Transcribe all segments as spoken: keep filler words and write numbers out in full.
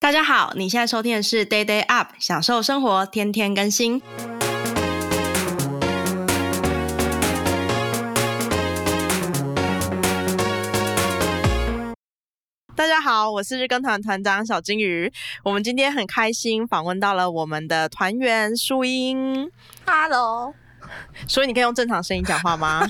大家好，你现在收听的是 Day Day Up， 享受生活，天天更新。大家好，我是日更团团长小金鱼。我们今天很开心访问到了我们的团员淑英。 Hello， 所以你可以用正常声音讲话吗？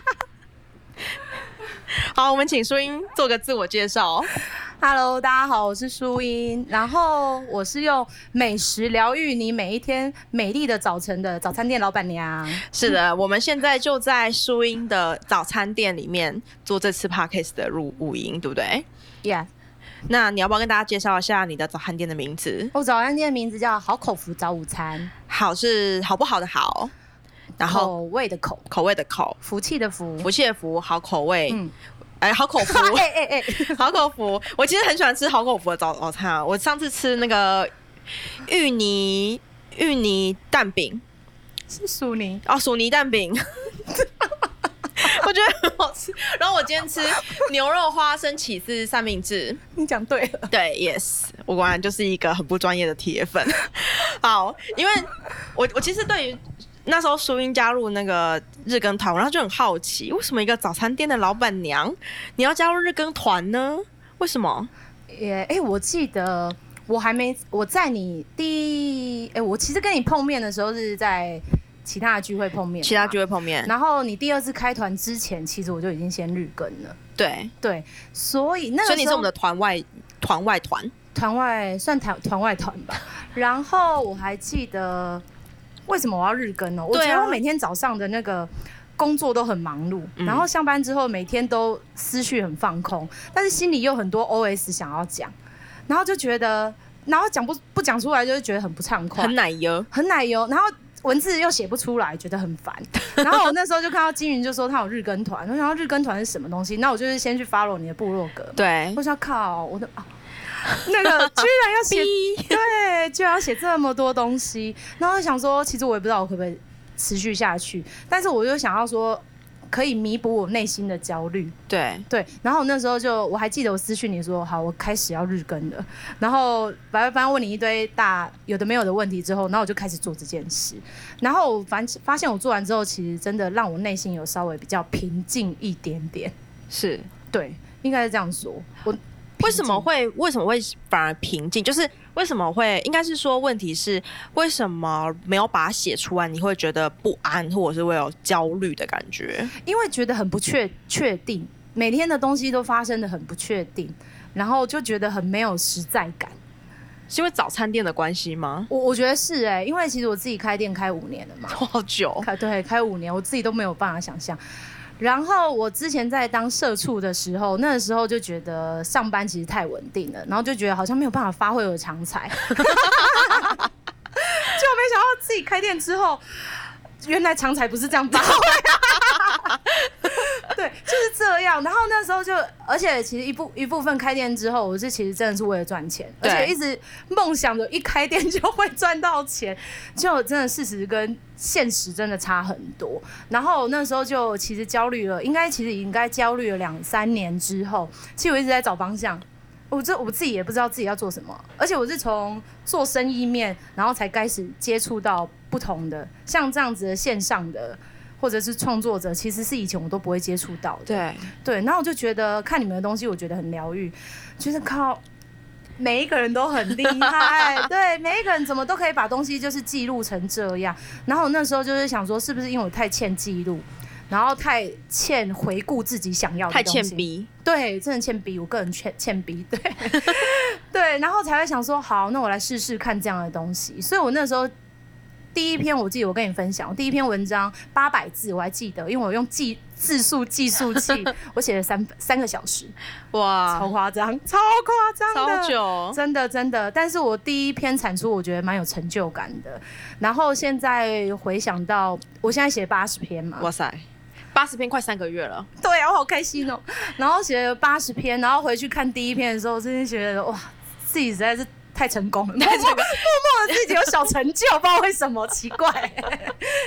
好，我们请淑英做个自我介绍。 Hello， 大家好，我是淑英，然后我是用美食疗愈你每一天美丽的早晨的早餐店老板娘。 是的，我们现在就在淑英的早餐店里面做这次 Podcast 的录音，对不对？ Yeah。 那你要不要跟大家介绍一下你的早餐店的名字？ 我早餐店的名字叫好口福早午餐。 好是好不好的好，然后口味的口， 口味的口， 福气的福， 福气的福，好口味。嗯。哎，好口福， 哎哎哎， 好口福！我其实很喜欢吃好口福的早早餐啊。我上次吃那个芋泥芋泥蛋饼， 是薯泥哦，薯泥蛋饼，我觉得很好吃。然后我今天吃牛肉花生起司三明治， 你讲对了， 对 ，yes， 我果然就是一个很不专业的铁粉。好，因为我我其实对于那时候淑英加入那个日更团，然后就很好奇，为什么一个早餐店的老板娘，你要加入日更团呢？为什么？ 也哎、欸，我记得我还没我在你第哎、欸，我其实跟你碰面的时候是在其他的聚会碰面， 其他聚会碰面。 然后你第二次开团之前，其实我就已经先日更了。 对对，所以那个时候， 所以你是我们的团外团外团， 团外算团团外团吧。然后我还记得。为什么我要日更呢？我觉得我每天早上的那个工作都很忙碌，嗯、然后上班之后每天都思绪很放空，但是心里又很多 O S 想要讲，然后就觉得，然后讲不不讲出来，就会觉得很不畅快， 很奶油， 很奶油，然后文字又写不出来，觉得很烦。然后我那时候就看到金云就说他有日更团，我想到日更团是什么东西，那我就是先去 follow 你的部落格， 对， 我想靠，我的啊。那个居然要写，对，居然要写这么多东西，然后想说，其实我也不知道我可不可以持续下去，但是我就想要说，可以弥补我内心的焦虑， 对对。然后那时候就我还记得我私讯你说，好，我开始要日更了，然后白班问你一堆大有的没有的问题之后，然后我就开始做这件事，然后我反发现我做完之后，其实真的让我内心有稍微比较平静一点点， 是对，应该是这样说，我。 为什么会为什么会反而平静？就是为什么会应该是说问题是为什么没有把它写出来？你会觉得不安，或者是会有焦虑的感觉？ 因为觉得很不确确定，每天的东西都发生的很不确定，然后就觉得很没有实在感。 是因为早餐店的关系吗？ 我我觉得是哎、欸，因为其实我自己开店开五年了嘛， 好久， 开对开五年，我自己都没有办法想象。然后我之前在当社畜的时候，那个时候就觉得上班其实太稳定了，然后就觉得好像没有办法发挥我的长才，结果没想到自己开店之后，原来长才不是这样发挥。对，就是这样。然后那时候就，而且其实一部一部分开店之后，我是其实真的是为了赚钱，而且一直梦想着一开店就会赚到钱，就真的事实跟现实真的差很多。然后那时候就其实焦虑了，应该其实应该焦虑了两三年之后，其实我一直在找方向。我这我自己也不知道自己要做什么，而且我是从做生意面，然后才开始接触到不同的像这样子的线上的。或者是创作者，其实是以前我都不会接触到的。 对对，然后我就觉得看你们的东西，我觉得很疗愈，就是靠每一个人都很厉害，对，每一个人怎么都可以把东西就是记录成这样。然后我那时候就是想说，是不是因为我太欠记录，然后太欠回顾自己想要的东西， 太欠逼， 对，真的欠逼，我个人欠欠逼，对对，然后才会想说，好，那我来试试看这样的东西。所以我那时候。第一篇我记得我跟你分享，第一篇文章八百字，我还记得，因为我用计字数计数器，我写了三三个小时，哇，超夸张，超夸张的， 超久， 真的真的。但是我第一篇产出，我觉得蛮有成就感的。然后现在回想到，我现在写八十篇嘛， 哇塞，八十篇快三个月了， 对啊，我好开心哦。然后写了八十篇，然后回去看第一篇的时候，真的觉得哇，自己实在是。太成功了，默默默默的自己有小成就，不知道为什么，奇怪。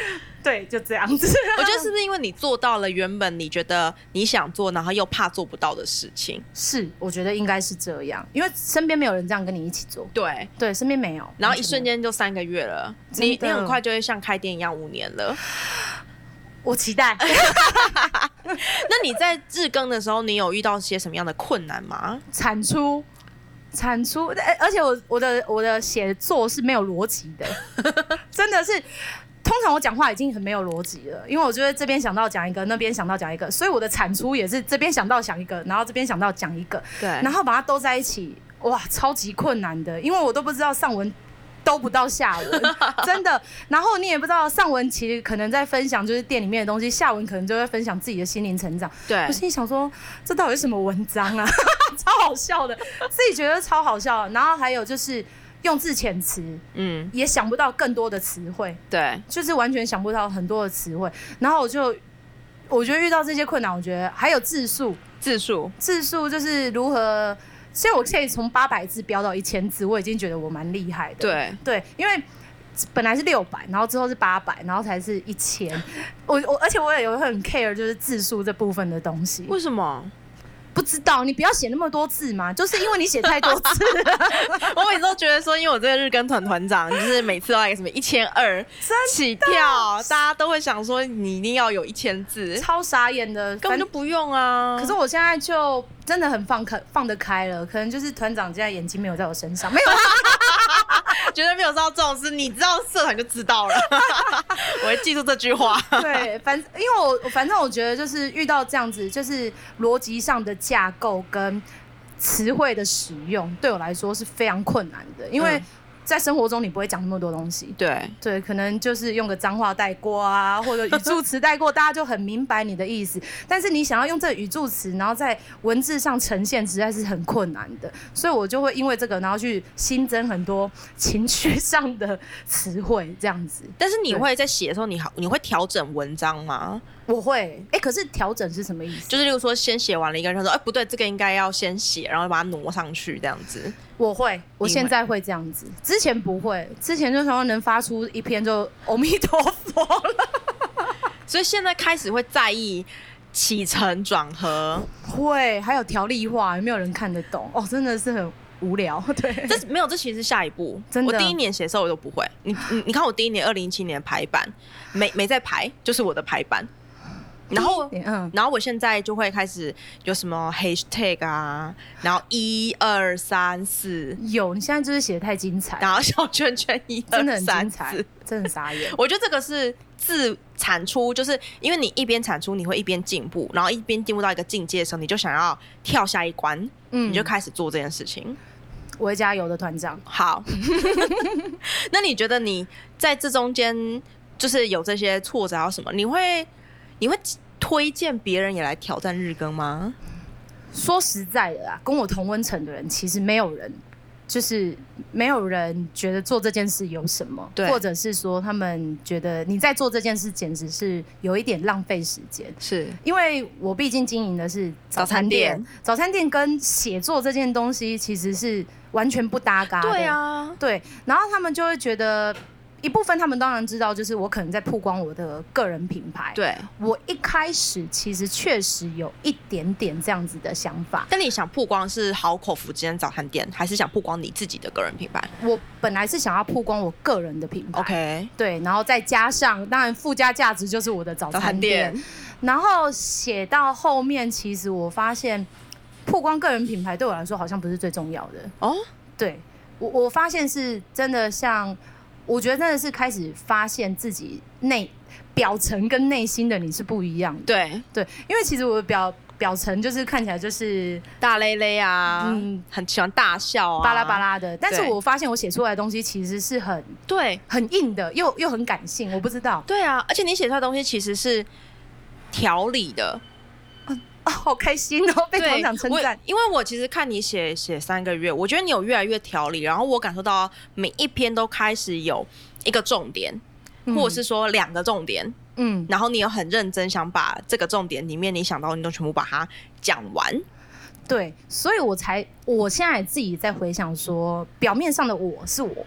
对，就这样子。 我觉得是不是因为你做到了原本你觉得你想做，然后又怕做不到的事情？ 是，我觉得应该是这样，因为身边没有人这样跟你一起做。 对对，身边没有， 然后一瞬间就三个月了，你你很快就会像开店一样五年了。 我期待。 那你在日更的时候，你有遇到些什么样的困难吗？ 产出。产出，而且我我的我的写作是没有逻辑的，真的是，通常我讲话已经很没有逻辑了，因为我觉得这边想到讲一个，那边想到讲一个，所以我的产出也是这边想到想一个，然后这边想到讲一个， 对， 然后把它都在一起，哇，超级困难的，因为我都不知道上文都不到下文，真的。然后你也不知道上文其实可能在分享就是店里面的东西，下文可能就会分享自己的心灵成长。 对， 我心里想说，这到底是什么文章啊？超好笑的，自己觉得超好笑。然后还有就是用字遣词，嗯，也想不到更多的词汇， 对， 就是完全想不到很多的词汇。然后我就我觉得遇到这些困难，我觉得还有字数， 字数， 字数就是如何。所以我可以从八百字飙到一千字，我已经觉得我蛮厉害的。 对对，因为本来是六百，然后之后是八百，然后才是一千。我我而且我也有很 care 就是字数这部分的东西。 为什么？ 不知道，你不要写那么多字嘛，就是因为你写太多字。 我每次都觉得说，因为我这个日更团团长，就是每次都来个什么一千二起跳，大家都会想说你一定要有一千字， 超傻眼的， 根本就不用啊。 可是我现在就真的很放开放得开了，可能就是团长现在眼睛没有在我身上，没有。 绝对没有知道这种事，你知道社团就知道了。我会记住这句话。 对，反因为我反正我觉得就是遇到这样子，就是逻辑上的架构跟词汇的使用，对我来说是非常困难的，因为。嗯在生活中你不会讲那么多东西， 对对，可能就是用个脏话带过啊，或者语助词带过，大家就很明白你的意思。但是你想要用这个语助词，然后在文字上呈现，实在是很困难的。所以我就会因为这个，然后去新增很多情绪上的词汇，这样子。 但是你会在写的时候，你好，你会调整文章吗？ 我会，哎、欸，可是调整是什么意思？ 就是例如说，先写完了一个人，他说，哎、欸，不对，这个应该要先写，然后把它挪上去，这样子。 我会，我现在会这样子，之前不会，之前就想说能发出一篇就阿弥陀佛了。 所以现在开始会在意起承转合， 会，还有条理化，有没有人看得懂？哦，真的是很无聊。对， 这没有，这其实是下一步。 真的， 我第一年写的时候我都不会。你你你看我第一年二零一七年的排版，没没在排，就是我的排版。然后，嗯，然后我现在就会开始有什么 hashtag 啊，然后一二三四， 有，你现在就是写得太精彩， 然后小圈圈一二三四， 真的傻眼。 我觉得这个是自产出，就是因为你一边产出，你会一边进步，然后一边进步到一个境界的时候，你就想要跳下一关，嗯，你就开始做这件事情。 我会加油的，团长。 好，那你觉得你在这中间就是有这些挫折，还有什么？你会？你会推荐别人也来挑战日更吗？ 说实在的啦，跟我同温层的人，其实没有人，就是没有人觉得做这件事有什么，或者是说他们觉得你在做这件事简直是有一点浪费时间。 是因为我毕竟经营的是早餐店，早餐店跟写作这件东西其实是完全不搭嘎的。 对啊， 对，然后他们就会觉得。一部分他们当然知道，就是我可能在曝光我的个人品牌。 对， 我一开始其实确实有一点点这样子的想法。 但你想曝光是好口福之间早餐店，还是想曝光你自己的个人品牌？ 我本来是想要曝光我个人的品牌。 OK， 对，然后再加上当然附加价值就是我的早餐店。早餐店然后写到后面，其实我发现曝光个人品牌对我来说好像不是最重要的哦。对，我我发现是真的像。我觉得真的是开始发现自己内表层跟内心的你是不一样的。 对对，因为其实我的表表层就是看起来就是大咧咧啊，嗯，很喜欢大笑啊， 巴拉巴拉的。但是我发现我写出来的东西其实是很对， 很硬的，又又很感性。我不知道。 对啊，而且你写出来的东西其实是条理的。 哦，好开心哦，被团长称赞。 因为我其实看你写写三个月，我觉得你有越来越条理，然后我感受到每一篇都开始有一个重点，嗯、或者是说两个重点，嗯，然后你有很认真想把这个重点里面你想到的你都全部把它讲完。 对，所以我才我现在自己在回想说，表面上的我是我吗？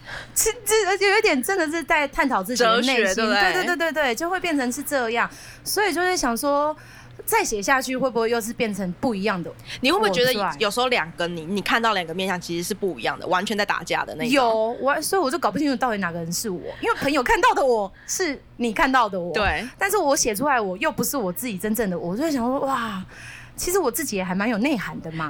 其实有一点真的是在探讨自己的内心， 对对对对对对，就会变成是这样，所以就会想说。再写下去会不会又是变成不一样的？ 你会不会觉得有时候两个你你看到两个面向其实是不一样的，完全在打架的那种？ 有我，所以我就搞不清楚到底哪个人是我，因为朋友看到的我是你看到的我， 对， 但是我写出来我又不是我自己真正的我，我就想说哇，其实我自己也还蛮有内涵的嘛。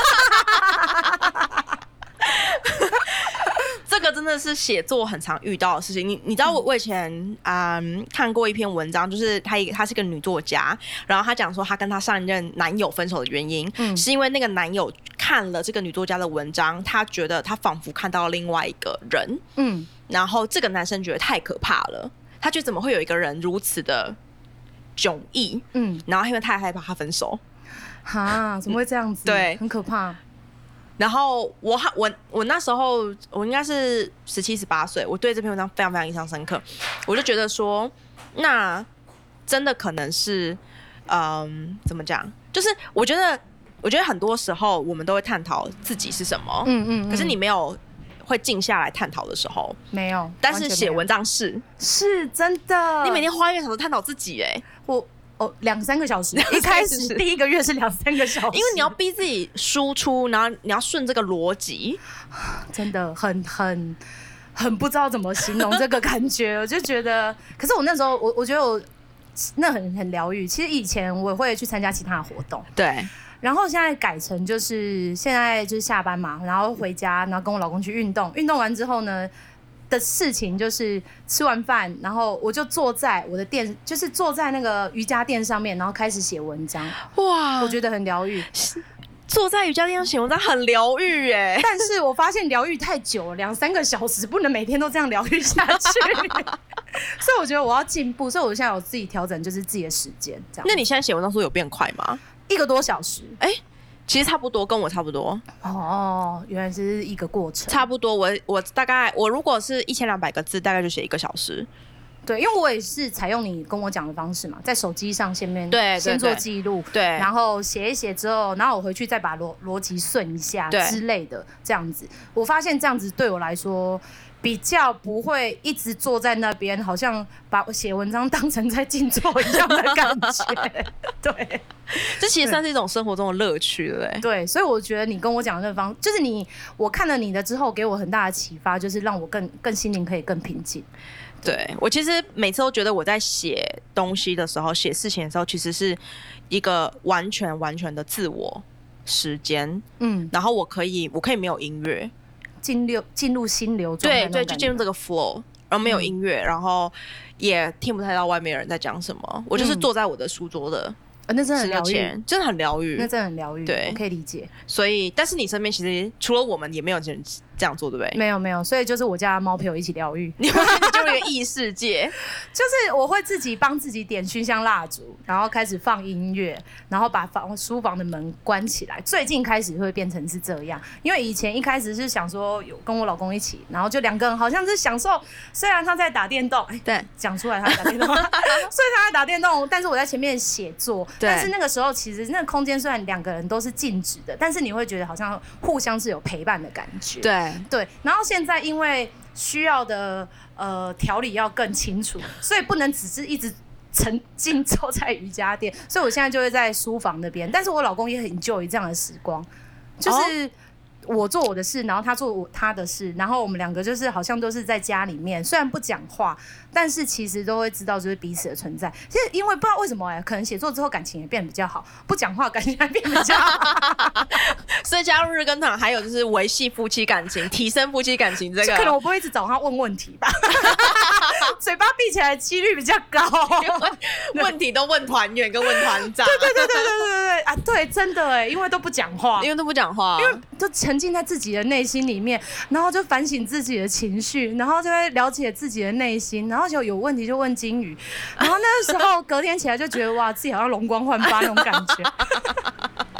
这个真的是写作很常遇到的事情。你你知道我我以前嗯看过一篇文章，就是她一个她是个女作家，然后她讲说她跟她上一任男友分手的原因，嗯、是因为那个男友看了这个女作家的文章，他觉得他仿佛看到了另外一个人，嗯，然后这个男生觉得太可怕了，他觉得怎么会有一个人如此的迥异，嗯，然后因为太害怕他分手， 哈，怎么会这样子？ 对， 很可怕。 然后我我我那时候我应该是十七十八岁，我对这篇文章非常非常印象深刻。我就觉得说，那真的可能是，嗯，怎么讲？就是我觉得，我觉得很多时候我们都会探讨自己是什么，嗯 嗯, 嗯。可是你没有会静下来探讨的时候， 没有。 但是写文章是是真的， 你每天花一个小时探讨自己、欸，哎， 我。哦，两三个小时，一开始第一个月是两三个小时， 因为你要逼自己输出，然后你要顺这个逻辑， 真的很很很不知道怎么形容这个感觉。我就觉得，可是我那时候，我我觉得我那很很疗愈。其实以前我会去参加其他的活动， 对， 然后现在改成就是现在就是下班嘛，然后回家，然后跟我老公去运动，运动完之后呢。的事情就是吃完饭，然后我就坐在我的垫，就是坐在那个瑜伽垫上面，然后开始写文章。哇，我觉得很疗愈。 坐在瑜伽垫上写文章很疗愈哎， 但是我发现疗愈太久了，两三个小时不能每天都这样疗愈下去。所以我觉得我要进步，所以我现在有自己调整，就是自己的时间这样。 那你现在写文章速度有变快吗？ 一个多小时， 哎、欸。其实差不多，跟我差不多。 哦，原来是一个过程。 差不多，我我大概我如果是一千两百个字，大概就写一个小时。 对，因为我也是采用你跟我讲的方式嘛，在手机上先面对先做记录， 对， 然后写一写之后，然后我回去再把逻逻辑顺一下之类的，这样子。我发现这样子对我来说。比较不会一直坐在那边，好像把写文章当成在静坐一样的感觉。对， 这其实算是一种生活中的乐趣，对不对？ 对，所以我觉得你跟我讲的那个方，就是你我看了你的之后，给我很大的启发，就是让我更更心灵可以更平静。 对，我其实每次都觉得我在写东西的时候，写事情的时候，其实是一个完全完全的自我时间。嗯，然后我可以我可以没有音乐。 进入进入心流状态， 对对，就进入这个 flow， 然后没有音乐、嗯，然后也听不太到外面人在讲什么，我就是坐在我的书桌的、 嗯，那真的很疗愈， 真的很疗愈， 那真的很疗愈， 对， 我可以理解。 所以，但是你身边其实除了我们，也没有人这样做，对不对？ 没有没有，所以就是我家的猫陪我一起疗愈， 你们进入一个异世界， 就是我会自己帮自己点熏香蜡烛，然后开始放音乐，然后把房书房的门关起来。最近开始会变成是这样，因为以前一开始是想说有跟我老公一起，然后就两个人好像是享受，虽然他在打电动，哎，对，讲出来他在打电动，虽然他在打电动，但是我在前面写作，但是那个时候其实那个空间虽然两个人都是静止的，但是你会觉得好像互相是有陪伴的感觉， 对。 对，然后现在因为需要的呃条理要更清楚，所以不能只是一直沉浸坐在瑜伽垫，所以我现在就会在书房那边，但是我老公也很 enjoy 这样的时光，就是我做我的事，然后他做他的事，然后我们两个就是好像都是在家里面，虽然不讲话，但是其实都会知道就是彼此的存在。其实因为不知道为什么哎、欸，可能写作之后感情也变得比较好，不讲话感情还变得比较好。 所以加入日更堂还有就是维系夫妻感情、提升夫妻感情这个， 可能我不会一直找他问问题吧，嘴巴闭起来的几率比较高， 问题都问团员跟问团长。 对对对对对对对啊，对，真的哎，因为都不讲话， 因为都不讲话， 因为都沉浸在自己的内心里面，然后就反省自己的情绪，然后就会了解自己的内心，然后就有问题就问金鱼，然后那个时候隔天起来就觉得哇，自己好像容光焕发那种感觉。我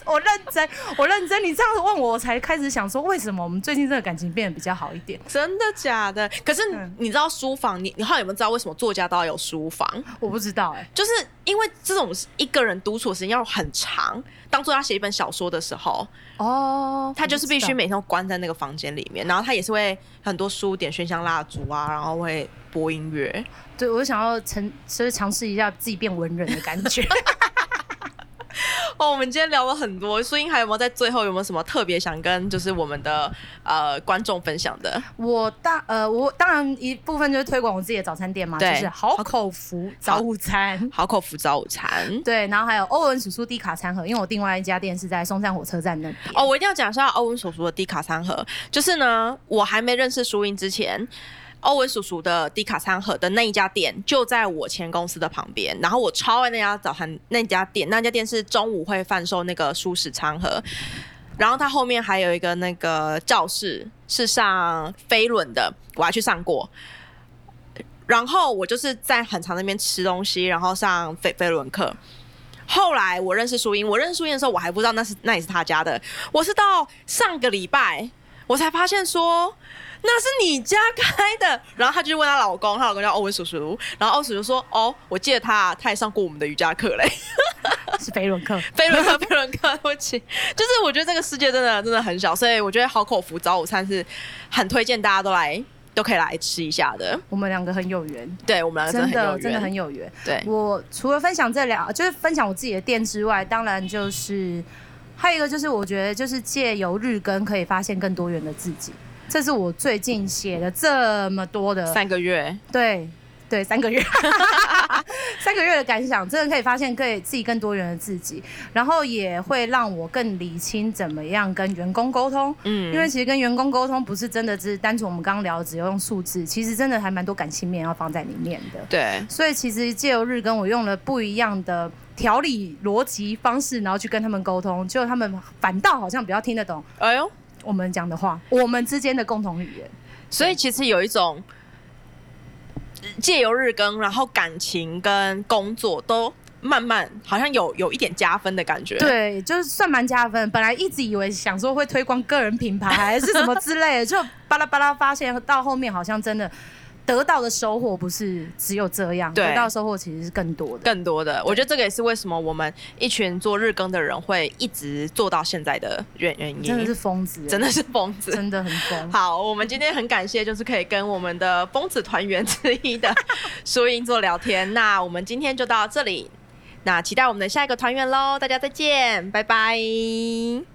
我认真，我认真。你这样子问我，我才开始想说，为什么我们最近这个感情变得比较好一点？ 真的假的？可是你知道书房，你你后来有没有知道为什么作家都要有书房？ 我不知道哎、欸， 就是因为这种一个人独处的时间要很长。当作他写一本小说的时候， 哦， 他就是必须每天都关在那个房间里面，然后他也是会很多书点熏香蜡烛啊，然后会播音乐。 对，我想要尝，就是尝试一下自己变文人的感觉。 哦，我们今天聊了很多，苏英还有没有在最后有没有什么特别想跟就是我们的呃观众分享的？ 我大呃，我当然一部分就是推广我自己的早餐店嘛，就是好口福早午餐， 好口福早午餐。 对，然后还有欧文叔叔低卡餐盒，因为我另外一家店是在松山火车站那边。 哦，我一定要讲一下欧文叔叔的低卡餐盒，就是呢，我还没认识苏英之前。欧文叔叔的低卡餐盒的那一家店就在我前公司的旁边，然后我超爱那家早餐那家店，那家店是中午会贩售那个蔬食餐盒，然后它后面还有一个那个教室是上飞轮的，我还去上过。然后我就是在很长那边吃东西，然后上飞飞轮课。后来我认识苏英，我认识苏英的时候，我还不知道那是那也是他家的，我是到上个礼拜我才发现说。那是你家开的，然后她就问她老公，她老公叫欧文叔叔，然后欧叔叔说：“哦，我记得他，他也上过我们的瑜伽课嘞， 是飞轮课， 飞轮课，飞轮课，对不起。”就是我觉得这个世界真的真的很小，所以我觉得好口福早午餐是很推荐大家都来都可以来吃一下的。 我们两个很有缘， 对我们两个真的很有缘， 真的很有缘。 对， 我除了分享这两，就是分享我自己的店之外，当然就是还有一个就是我觉得就是借由日更可以发现更多元的自己。这是我最近写了这么多的三个月， 对对，三个月，三个月的感想，真的可以发现可以自己更多元的自己，然后也会让我更理清怎么样跟员工沟通。嗯，因为其实跟员工沟通不是真的只是单纯我们刚刚聊的只用数字，其实真的还蛮多感性面要放在里面的。 对， 所以其实借由日更，我用了不一样的条理逻辑方式，然后去跟他们沟通，结果他们反倒好像比较听得懂。哎呦。我们讲的话，我们之间的共同语言， 所以其实有一种借由日更，然后感情跟工作都慢慢好像有有一点加分的感觉。 对，就是算蛮加分。本来一直以为想说会推广个人品牌还是什么之类的，就巴拉巴拉发现到后面好像真的。得到的收获不是只有这样，得到的收获其实是更多的， 更多的。我觉得这个也是为什么我们一群做日更的人会一直做到现在的原因。 真的是疯子， 真的是疯子， 真的很疯。 好，我们今天很感谢，就是可以跟我们的疯子团员之一的苏英做聊天。那我们今天就到这里，那期待我们的下一个团员喽，大家再见，拜拜。